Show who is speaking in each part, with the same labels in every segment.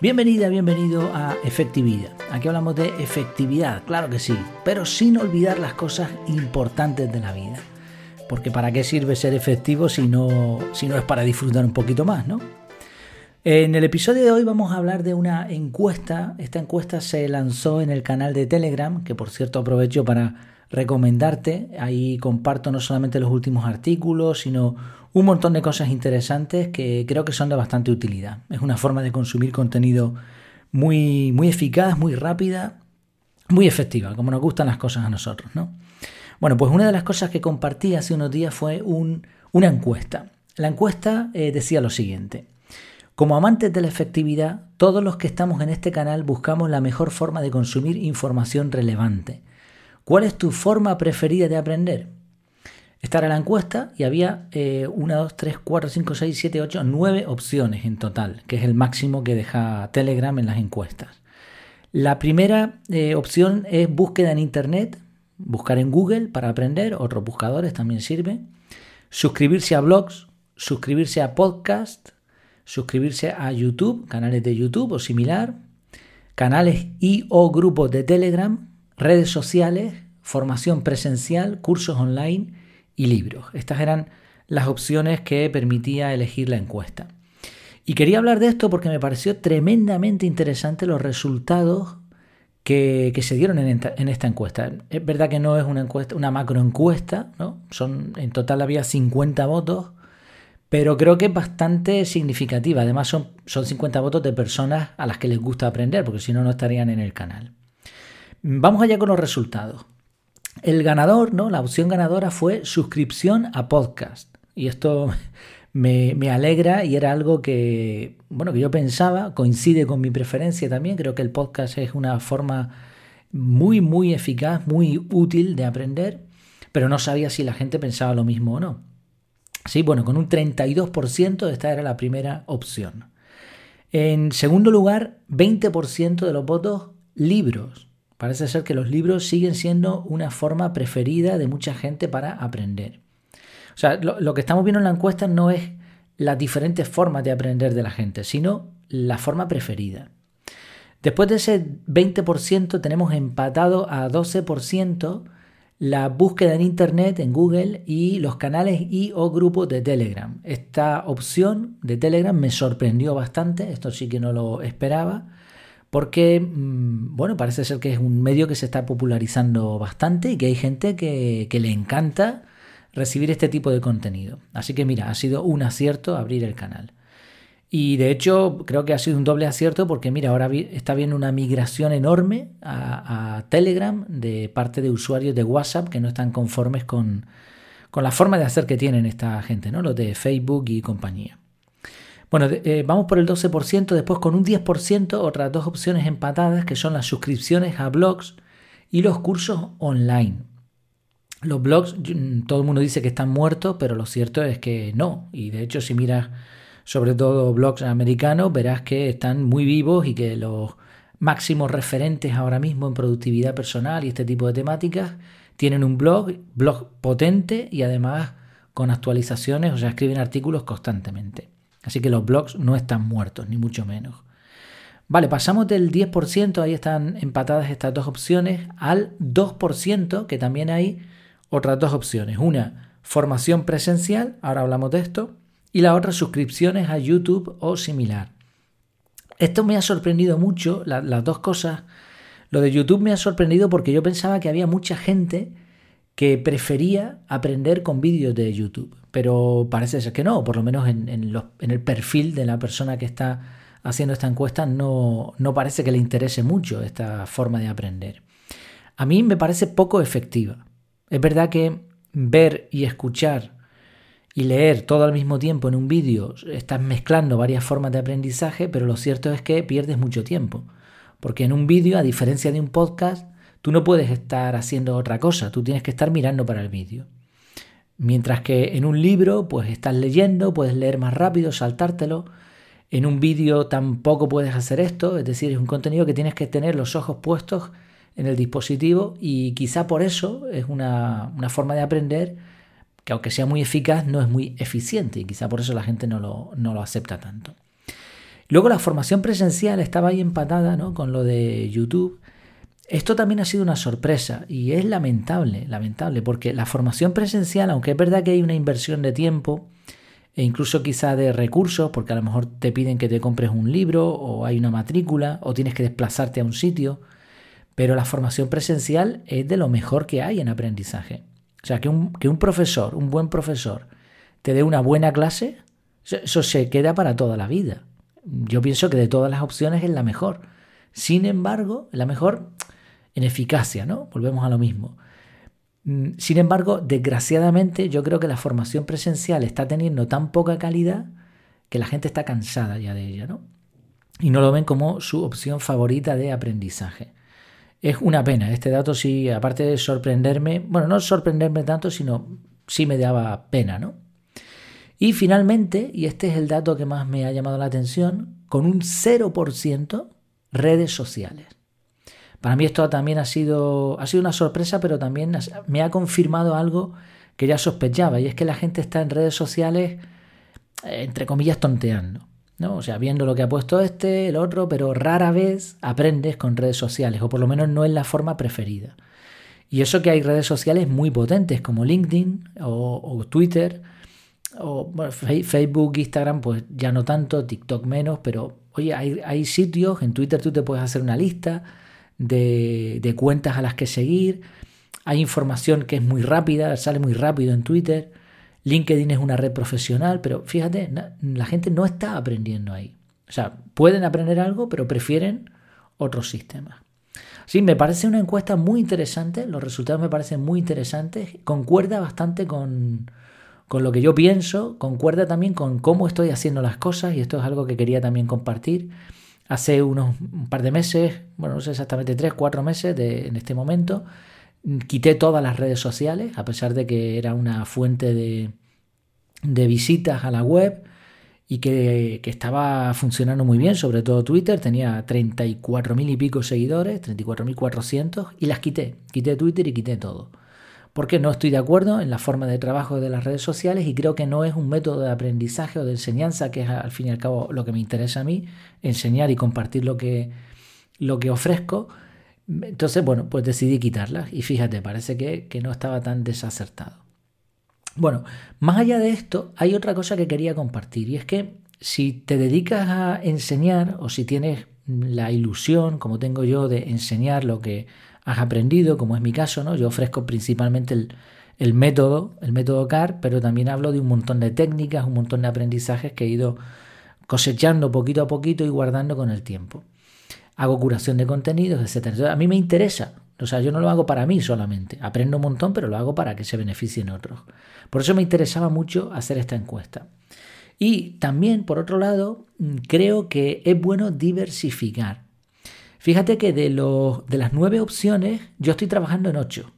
Speaker 1: Bienvenida, bienvenido a Efectividad. Aquí hablamos de efectividad, claro que sí, pero sin olvidar las cosas importantes de la vida. Porque ¿para qué sirve ser efectivo si no es para disfrutar un poquito más, ¿no? En el episodio de hoy vamos a hablar de una encuesta. Esta encuesta se lanzó en el canal de Telegram, que por cierto aprovecho para recomendarte. Ahí comparto no solamente los últimos artículos, sino un montón de cosas interesantes que creo que son de bastante utilidad. Es una forma de consumir contenido muy, muy eficaz, muy rápida, muy efectiva, como nos gustan las cosas a nosotros, ¿no? Bueno, pues una de las cosas que compartí hace unos días fue una encuesta. La encuesta decía lo siguiente: como amantes de la efectividad, todos los que estamos en este canal buscamos la mejor forma de consumir información relevante. ¿Cuál es tu forma preferida de aprender? Esta era la encuesta y había 1, 2, 3, 4, 5, 6, 7, 8, 9 opciones en total, que es el máximo que deja Telegram en las encuestas. La primera opción es búsqueda en Internet, buscar en Google para aprender, otros buscadores también sirve. Suscribirse a blogs, suscribirse a podcasts, suscribirse a YouTube, canales de YouTube o similar, canales y o grupos de Telegram, redes sociales, formación presencial, cursos online y libros. Estas eran las opciones que permitía elegir la encuesta. Y quería hablar de esto porque me pareció tremendamente interesante los resultados que se dieron en esta encuesta. Es verdad que no es una encuesta, una macroencuesta, ¿no? En total había 50 votos, pero creo que es bastante significativa. Además son 50 votos de personas a las que les gusta aprender, porque si no, no estarían en el canal. Vamos allá con los resultados. El ganador, ¿no? La opción ganadora fue suscripción a podcast. Y esto me alegra y era algo que yo pensaba, coincide con mi preferencia también. Creo que el podcast es una forma muy, muy eficaz, muy útil de aprender, pero no sabía si la gente pensaba lo mismo o no. Sí, bueno, con un 32% esta era la primera opción. En segundo lugar, 20% de los votos, libros. Parece ser que los libros siguen siendo una forma preferida de mucha gente para aprender. O sea, lo que estamos viendo en la encuesta no es las diferentes formas de aprender de la gente, sino la forma preferida. Después de ese 20% tenemos empatado a 12% la búsqueda en Internet, en Google, y los canales y o grupos de Telegram. Esta opción de Telegram me sorprendió bastante, esto sí que no lo esperaba, porque parece ser que es un medio que se está popularizando bastante y que hay gente que le encanta recibir este tipo de contenido. Así que mira, ha sido un acierto abrir el canal. Y de hecho creo que ha sido un doble acierto porque mira, ahora está habiendo una migración enorme a Telegram de parte de usuarios de WhatsApp que no están conformes con la forma de hacer que tienen esta gente, ¿no? Los de Facebook y compañía. Bueno, vamos por el 12%, después con un 10% otras dos opciones empatadas que son las suscripciones a blogs y los cursos online. Los blogs, todo el mundo dice que están muertos, pero lo cierto es que no. Y de hecho, si miras sobre todo blogs americanos, verás que están muy vivos y que los máximos referentes ahora mismo en productividad personal y este tipo de temáticas tienen un blog potente y además con actualizaciones, o sea, escriben artículos constantemente. Así que los blogs no están muertos, ni mucho menos. Vale, pasamos del 10%, ahí están empatadas estas dos opciones, al 2%, que también hay otras dos opciones. Una, formación presencial, ahora hablamos de esto, y la otra, suscripciones a YouTube o similar. Esto me ha sorprendido mucho, las dos cosas. Lo de YouTube me ha sorprendido porque yo pensaba que había mucha gente que prefería aprender con vídeos de YouTube, pero parece ser que no, por lo menos en el perfil de la persona que está haciendo esta encuesta no parece que le interese mucho esta forma de aprender. A mí me parece poco efectiva. Es verdad que ver y escuchar y leer todo al mismo tiempo en un vídeo, estás mezclando varias formas de aprendizaje, pero lo cierto es que pierdes mucho tiempo, porque en un vídeo, a diferencia de un podcast, tú no puedes estar haciendo otra cosa, tú tienes que estar mirando para el vídeo. Mientras que en un libro, pues estás leyendo, puedes leer más rápido, saltártelo. En un vídeo tampoco puedes hacer esto, es decir, es un contenido que tienes que tener los ojos puestos en el dispositivo y quizá por eso es una forma de aprender que aunque sea muy eficaz no es muy eficiente y quizá por eso la gente no lo acepta tanto. Luego la formación presencial estaba ahí empatada, ¿no?, con lo de YouTube. Esto también ha sido una sorpresa y es lamentable, porque la formación presencial, aunque es verdad que hay una inversión de tiempo e incluso quizá de recursos, porque a lo mejor te piden que te compres un libro o hay una matrícula o tienes que desplazarte a un sitio, pero la formación presencial es de lo mejor que hay en aprendizaje. O sea, que un profesor, un buen profesor, te dé una buena clase, eso se queda para toda la vida. Yo pienso que de todas las opciones es la mejor. Sin embargo, la mejor en eficacia, ¿no? Volvemos a lo mismo. Sin embargo, desgraciadamente, yo creo que la formación presencial está teniendo tan poca calidad que la gente está cansada ya de ella, ¿no? Y no lo ven como su opción favorita de aprendizaje. Es una pena. Este dato sí, aparte de sorprenderme, bueno, no sorprenderme tanto, sino sí me daba pena, ¿no? Y finalmente, y este es el dato que más me ha llamado la atención, con un 0% redes sociales. Para mí esto también ha sido una sorpresa, pero también me ha confirmado algo que ya sospechaba, y es que la gente está en redes sociales, entre comillas, tonteando, ¿no? O sea, viendo lo que ha puesto el otro, pero rara vez aprendes con redes sociales, o por lo menos no es la forma preferida. Y eso que hay redes sociales muy potentes, como LinkedIn o Twitter, o bueno, Facebook, Instagram, pues ya no tanto, TikTok menos, pero oye, hay sitios, en Twitter tú te puedes hacer una lista de cuentas a las que seguir, hay información que es muy rápida, sale muy rápido en Twitter, LinkedIn es una red profesional, pero fíjate, la gente no está aprendiendo ahí. O sea, pueden aprender algo, pero prefieren otros sistemas. Sí, me parece una encuesta muy interesante, los resultados me parecen muy interesantes, concuerda bastante con lo que yo pienso, concuerda también con cómo estoy haciendo las cosas, y esto es algo que quería también compartir. Hace un par de meses, bueno, no sé exactamente 3-4 meses en este momento, quité todas las redes sociales, a pesar de que era una fuente de visitas a la web y que estaba funcionando muy bien, sobre todo Twitter, tenía 34.000 y pico seguidores, 34.400, y las quité Twitter y quité todo. Porque no estoy de acuerdo en la forma de trabajo de las redes sociales y creo que no es un método de aprendizaje o de enseñanza, que es al fin y al cabo lo que me interesa a mí, enseñar y compartir lo que ofrezco. Entonces, bueno, pues decidí quitarlas y fíjate, parece que no estaba tan desacertado. Bueno, más allá de esto, hay otra cosa que quería compartir, y es que si te dedicas a enseñar o si tienes la ilusión, como tengo yo, de enseñar lo que has aprendido, como es mi caso, ¿no? Yo ofrezco principalmente el método CAR, pero también hablo de un montón de técnicas, un montón de aprendizajes que he ido cosechando poquito a poquito y guardando con el tiempo. Hago curación de contenidos, etcétera. Entonces, a mí me interesa, o sea, yo no lo hago para mí solamente, aprendo un montón, pero lo hago para que se beneficien otros. Por eso me interesaba mucho hacer esta encuesta. Y también, por otro lado, creo que es bueno diversificar. Fíjate que de las 9 opciones, yo estoy trabajando en 8.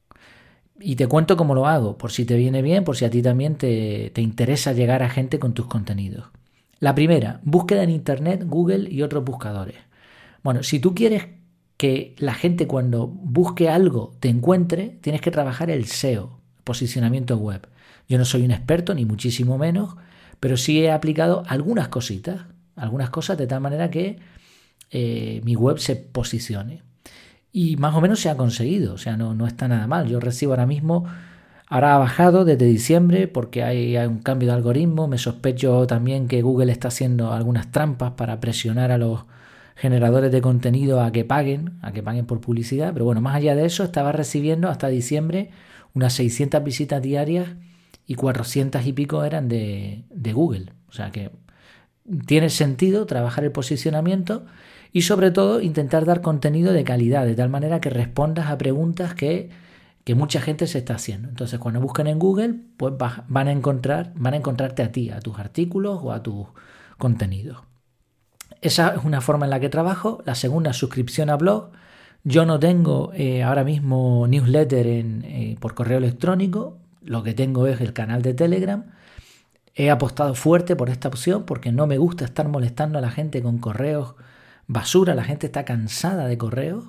Speaker 1: Y te cuento cómo lo hago, por si te viene bien, por si a ti también te interesa llegar a gente con tus contenidos. La primera, búsqueda en Internet, Google y otros buscadores. Bueno, si tú quieres que la gente cuando busque algo te encuentre, tienes que trabajar el SEO, posicionamiento web. Yo no soy un experto, ni muchísimo menos, pero sí he aplicado algunas cosas de tal manera que mi web se posicione. Y más o menos se ha conseguido, o sea, no está nada mal. Yo recibo ahora ha bajado desde diciembre porque hay un cambio de algoritmo. Me sospecho también que Google está haciendo algunas trampas para presionar a los generadores de contenido a que paguen por publicidad. Pero bueno, más allá de eso, estaba recibiendo hasta diciembre unas 600 visitas diarias y 400 y pico eran de Google. O sea que tiene sentido trabajar el posicionamiento y sobre todo intentar dar contenido de calidad, de tal manera que respondas a preguntas que mucha gente se está haciendo. Entonces, cuando busquen en Google, pues van a encontrarte a ti, a tus artículos o a tus contenidos. Esa es una forma en la que trabajo. La segunda, suscripción a blog. Yo no tengo ahora mismo newsletter por correo electrónico. Lo que tengo es el canal de Telegram. He apostado fuerte por esta opción porque no me gusta estar molestando a la gente con correos basura. La gente está cansada de correos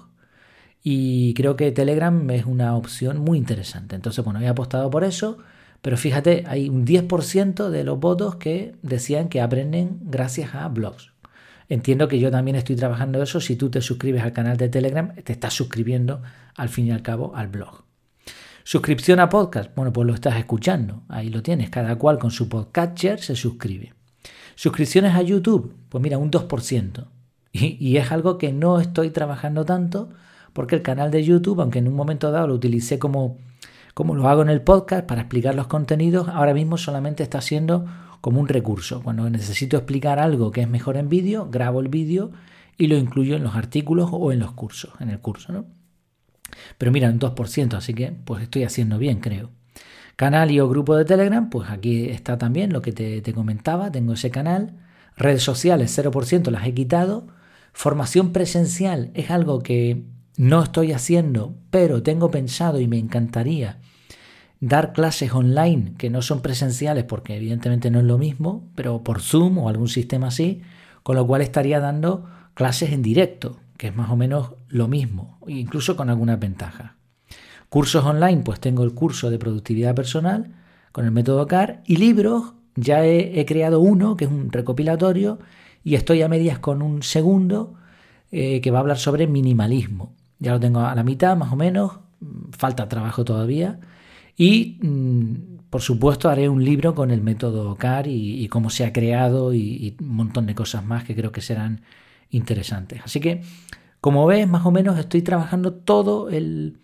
Speaker 1: y creo que Telegram es una opción muy interesante. Entonces, bueno, he apostado por eso, pero fíjate, hay un 10% de los votos que decían que aprenden gracias a blogs. entiendo que yo también estoy trabajando eso. Si tú te suscribes al canal de Telegram, te estás suscribiendo al fin y al cabo al blog. Suscripción a podcast, bueno, pues lo estás escuchando, ahí lo tienes, cada cual con su podcatcher se suscribe. Suscripciones a YouTube, pues mira, un 2%. Y es algo que no estoy trabajando tanto porque el canal de YouTube, aunque en un momento dado lo utilicé como lo hago en el podcast para explicar los contenidos, ahora mismo solamente está siendo como un recurso. Cuando necesito explicar algo que es mejor en vídeo, grabo el vídeo y lo incluyo en los artículos o en los cursos, en el curso, ¿no? Pero mira, un 2%, así que pues estoy haciendo bien, creo. Canal y o grupo de Telegram, pues aquí está también lo que te comentaba, tengo ese canal. Redes sociales, 0%, las he quitado. Formación presencial es algo que no estoy haciendo, pero tengo pensado y me encantaría dar clases online que no son presenciales porque evidentemente no es lo mismo, pero por Zoom o algún sistema así, con lo cual estaría dando clases en directo, que es más o menos lo mismo, incluso con algunas ventajas. Cursos online, pues tengo el curso de productividad personal con el método CAR y libros, ya he creado uno que es un recopilatorio y estoy a medias con un segundo que va a hablar sobre minimalismo. Ya lo tengo a la mitad más o menos, falta trabajo todavía y por supuesto haré un libro con el método CAR y cómo se ha creado y un montón de cosas más que creo que serán interesantes. Así que, como ves, más o menos estoy trabajando todas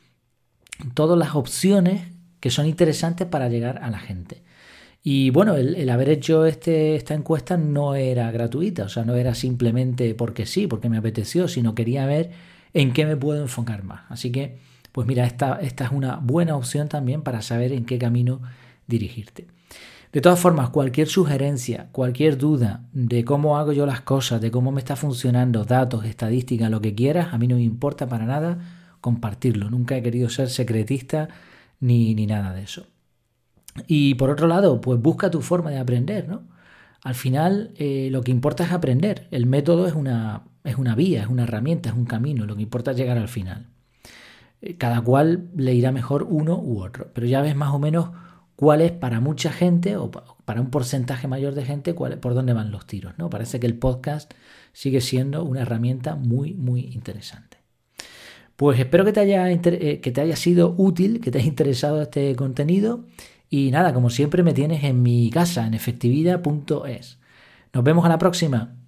Speaker 1: las opciones que son interesantes para llegar a la gente. Y bueno, el haber hecho esta encuesta no era gratuita, o sea, no era simplemente porque sí, porque me apeteció, sino quería ver en qué me puedo enfocar más. Así que, pues mira, esta es una buena opción también para saber en qué camino dirigirte. De todas formas, cualquier sugerencia, cualquier duda de cómo hago yo las cosas, de cómo me está funcionando, datos, estadísticas, lo que quieras, a mí no me importa para nada compartirlo. Nunca he querido ser secretista ni nada de eso. Y por otro lado, pues busca tu forma de aprender, ¿no? Al final lo que importa es aprender. El método es una vía, es una herramienta, es un camino. Lo que importa es llegar al final. Cada cual le irá mejor uno u otro. Pero ya ves más o menos cuál es para mucha gente o para un porcentaje mayor de gente por dónde van los tiros, ¿no? Parece que el podcast sigue siendo una herramienta muy, muy interesante. Pues espero que te haya sido útil, que te haya interesado este contenido. Y nada, como siempre me tienes en mi casa, en efectividad.es. Nos vemos a la próxima.